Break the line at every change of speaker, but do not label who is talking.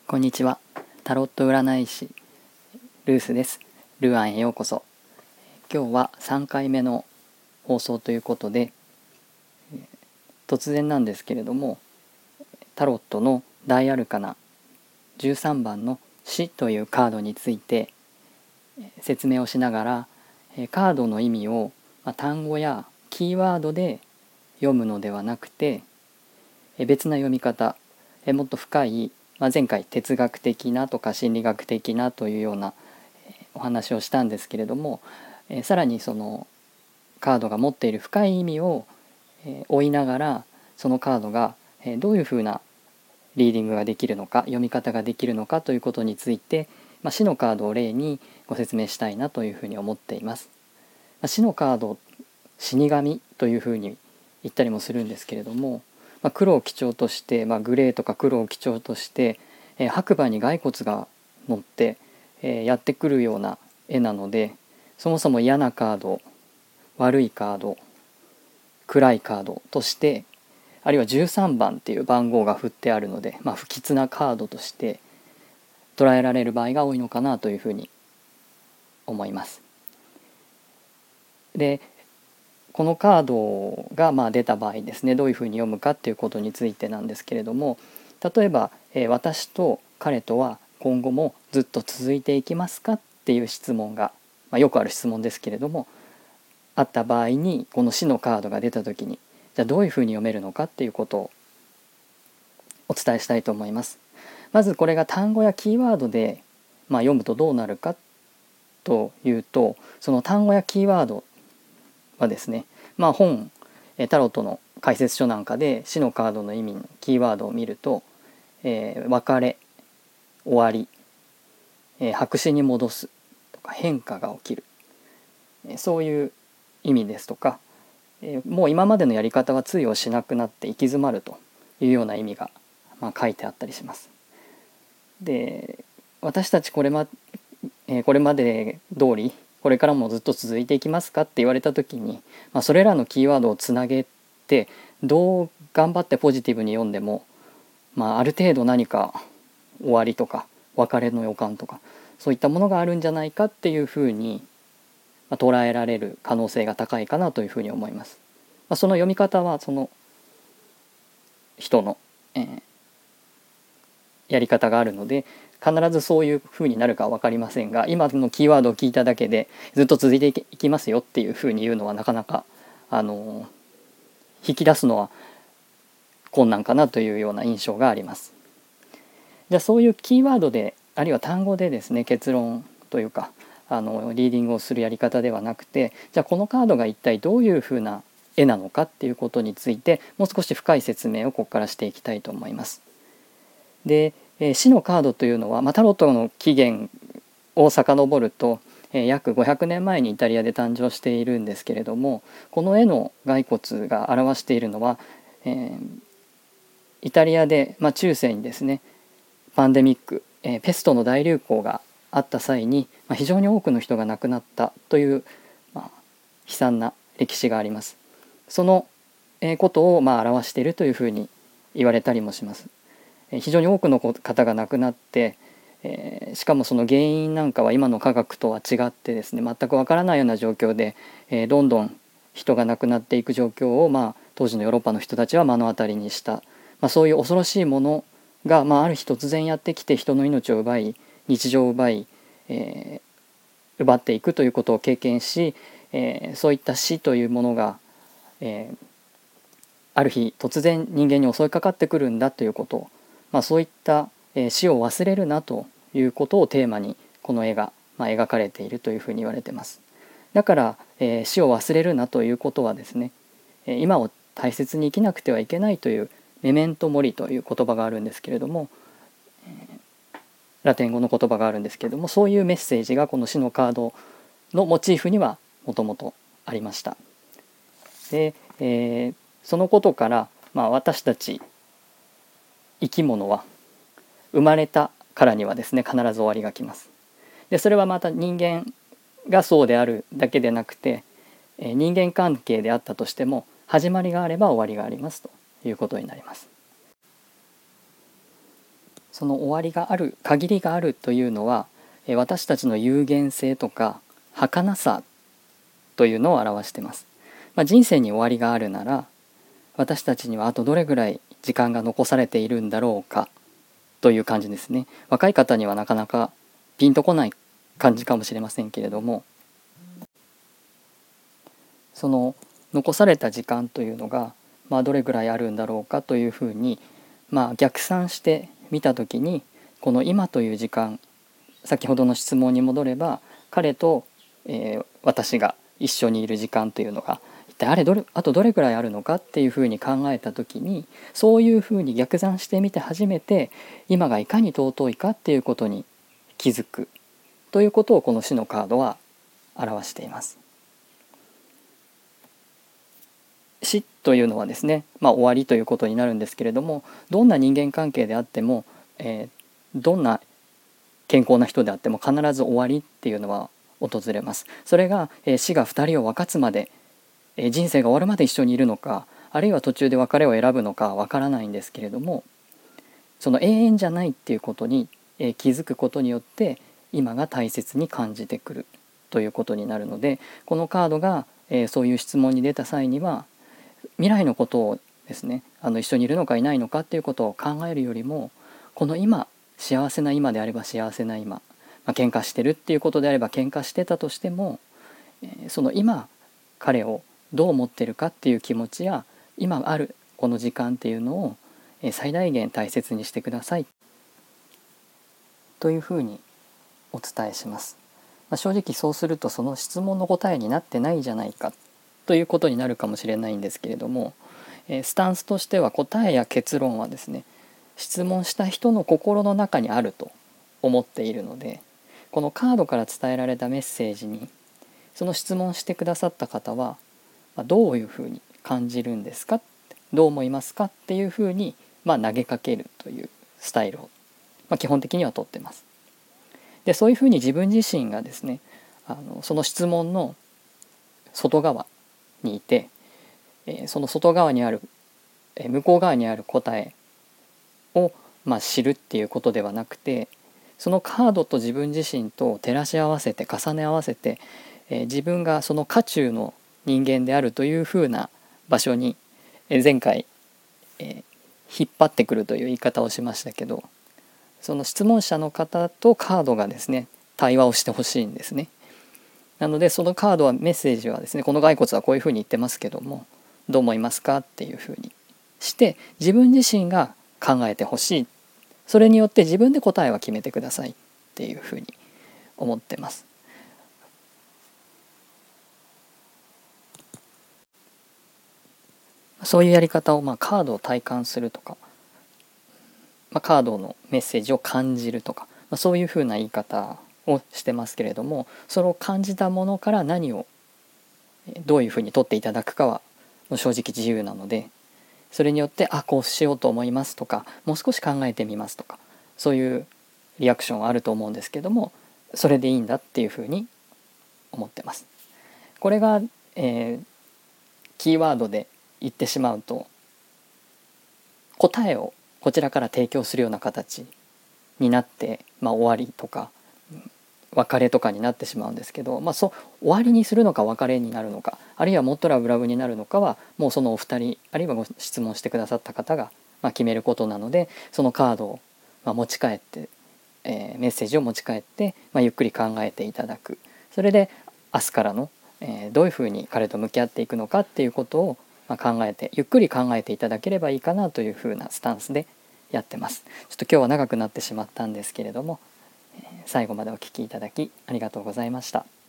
こんにちは。タロット占い師ルースです。ルアンへようこそ。今日は3回目の放送ということで、突然なんですけれども、タロットの大アルカナ13番の死というカードについて説明をしながら、カードの意味を単語やキーワードで読むのではなくて、別な読み方、もっと深い、前回哲学的なとか心理学的なというようなお話をしたんですけれども、さらにそのカードが持っている深い意味を追いながら、そのカードがどういうふうなリーディングができるのか、読み方ができるのかということについて、死のカードを例にご説明したいなというふうに思っています。死のカード、死神というふうに言ったりもするんですけれども、黒を基調として、グレーとか黒を基調として、白馬に骸骨が乗って、やってくるような絵なので、そもそも嫌なカード、悪いカード、暗いカードとして、あるいは13番っていう番号が振ってあるので、不吉なカードとして捉えられる場合が多いのかなというふうに思います。で、このカードが出た場合ですね、どういうふうに読むかっていうことについてなんですけれども、例えば、私と彼とは今後もずっと続いていきますかっていう質問が、よくある質問ですけれどもあった場合に、この死のカードが出た時に、じゃあどういうふうに読めるのかっていうことをお伝えしたいと思います。まずこれが単語やキーワードで、読むとどうなるかというと、その単語やキーワードはですね、本タロットの解説書なんかで死のカードの意味のキーワードを見ると、別れ、終わり、白紙に戻すとか変化が起きる、そういう意味ですとか、もう今までのやり方は通用しなくなって行き詰まるというような意味が、書いてあったりします。で、私たちこれまで通りこれからもずっと続いていきますかって言われた時に、それらのキーワードをつなげてどう頑張ってポジティブに読んでも、ある程度何か終わりとか別れの予感とかそういったものがあるんじゃないかっていうふうに捉えられる可能性が高いかなというふうに思います。その読み方はその人の、やり方があるので、必ずそういうふうになるかは分かりませんが、今のキーワードを聞いただけでずっと続いていきますよっていうふうに言うのはなかなか引き出すのは困難かなというような印象があります。じゃあそういうキーワードであるいは単語でですね、結論というかリーディングをするやり方ではなくて、じゃあこのカードが一体どういうふうな絵なのかっていうことについてもう少し深い説明をここからしていきたいと思います。で、死のカードというのは、タロットの起源を遡ると、約500年前にイタリアで誕生しているんですけれども、この絵の骸骨が表しているのは、イタリアで、中世にですねパンデミック、ペストの大流行があった際に、非常に多くの人が亡くなったという、悲惨な歴史があります。そのことを表しているというふうに言われたりもします。非常に多くの方が亡くなって、しかもその原因なんかは今の科学とは違ってですね、全くわからないような状況で、どんどん人が亡くなっていく状況を、当時のヨーロッパの人たちは目の当たりにした、そういう恐ろしいものが、ある日突然やってきて人の命を奪い、日常を奪い、奪っていくということを経験し、そういった死というものが、ある日突然人間に襲いかかってくるんだということを、そういった、死を忘れるなということをテーマにこの絵が、描かれているというふうに言われています。だから、死を忘れるなということはですね、今を大切に生きなくてはいけないというメメントモリという言葉があるんですけれども、ラテン語の言葉があるんですけれども、そういうメッセージがこの死のカードのモチーフにはもともとありました。で、そのことから、私たち生き物は生まれたからにはですね、必ず終わりが来ます。でそれはまた人間がそうであるだけでなくて、人間関係であったとしても始まりがあれば終わりがありますということになります。 その終わりがある、限りがあるというのは私たちの有限性とか儚さというのを表しています。人生に終わりがあるなら、私たちにはあとどれぐらい時間が残されているんだろうかという感じですね。若い方にはなかなかピンとこない感じかもしれませんけれども、その残された時間というのが、どれぐらいあるんだろうかというふうに、逆算してみた時に、この今という時間、先ほどの質問に戻れば、彼と、私が一緒にいる時間というのが一体あとどれぐらいあるのかっていうふうに考えた時に、そういうふうに逆算してみて初めて今がいかに尊いかっていうことに気づくということを、この死のカードは表しています。死というのはですね、終わりということになるんですけれども、どんな人間関係であっても、どんな健康な人であっても必ず終わりっていうのは訪れます。それが、死が2人を分かつまで、人生が終わるまで一緒にいるのか、あるいは途中で別れを選ぶのかわからないんですけれども、その永遠じゃないっていうことに、気づくことによって今が大切に感じてくるということになるので、このカードが、そういう質問に出た際には、未来のことをですね、一緒にいるのかいないのかっていうことを考えるよりも、この今、幸せな今であれば幸せな今、喧嘩してるっていうことであれば喧嘩してたとしても、その今彼をどう思ってるかっていう気持ちや、今あるこの時間っていうのを最大限大切にしてくださいというふうにお伝えします。正直そうすると、その質問の答えになってないじゃないかということになるかもしれないんですけれども、スタンスとしては答えや結論はですね、質問した人の心の中にあると思っているので、このカードから伝えられたメッセージに、その質問してくださった方はどういうふうに感じるんですか、どう思いますかっていうふうに、投げかけるというスタイルを、基本的にはとってます。でそういうふうに自分自身がですね、その質問の外側にいて、その外側にある、向こう側にある答えを、知るっていうことではなくて、そのカードと自分自身と照らし合わせて重ね合わせて、自分がその渦中の人間であるというふうな場所に、前回、引っ張ってくるという言い方をしましたけど、その質問者の方とカードがですね、対話をしてほしいんですね。なのでそのカードは、メッセージはですね、この骸骨はこういうふうに言ってますけどもどう思いますかっていうふうにして、自分自身が考えてほしい、それによって自分で答えは決めてくださいっていうふうに思ってます。そういうやり方を、カードを体感するとか、カードのメッセージを感じるとか、そういうふうな言い方をしてますけれども、それを感じたものから何をどういうふうに取っていただくかは正直自由なので、それによってこうしようと思いますとか、もう少し考えてみますとか、そういうリアクションはあると思うんですけども、それでいいんだっていうふうに思ってます。これが、キーワードで言ってしまうと、答えをこちらから提供するような形になって、終わりとか別れとかになってしまうんですけど、終わりにするのか別れになるのか、あるいはもっとラブラブになるのかは、もうそのお二人、あるいはご質問してくださった方が、決めることなので、そのカードを、持ち帰って、メッセージを持ち帰って、ゆっくり考えていただく。それで明日からの、どういうふうに彼と向き合っていくのかっていうことを、考えて、ゆっくり考えていただければいいかなというふうなスタンスでやってます。ちょっと今日は長くなってしまったんですけれども、最後までお聞きいただきありがとうございました。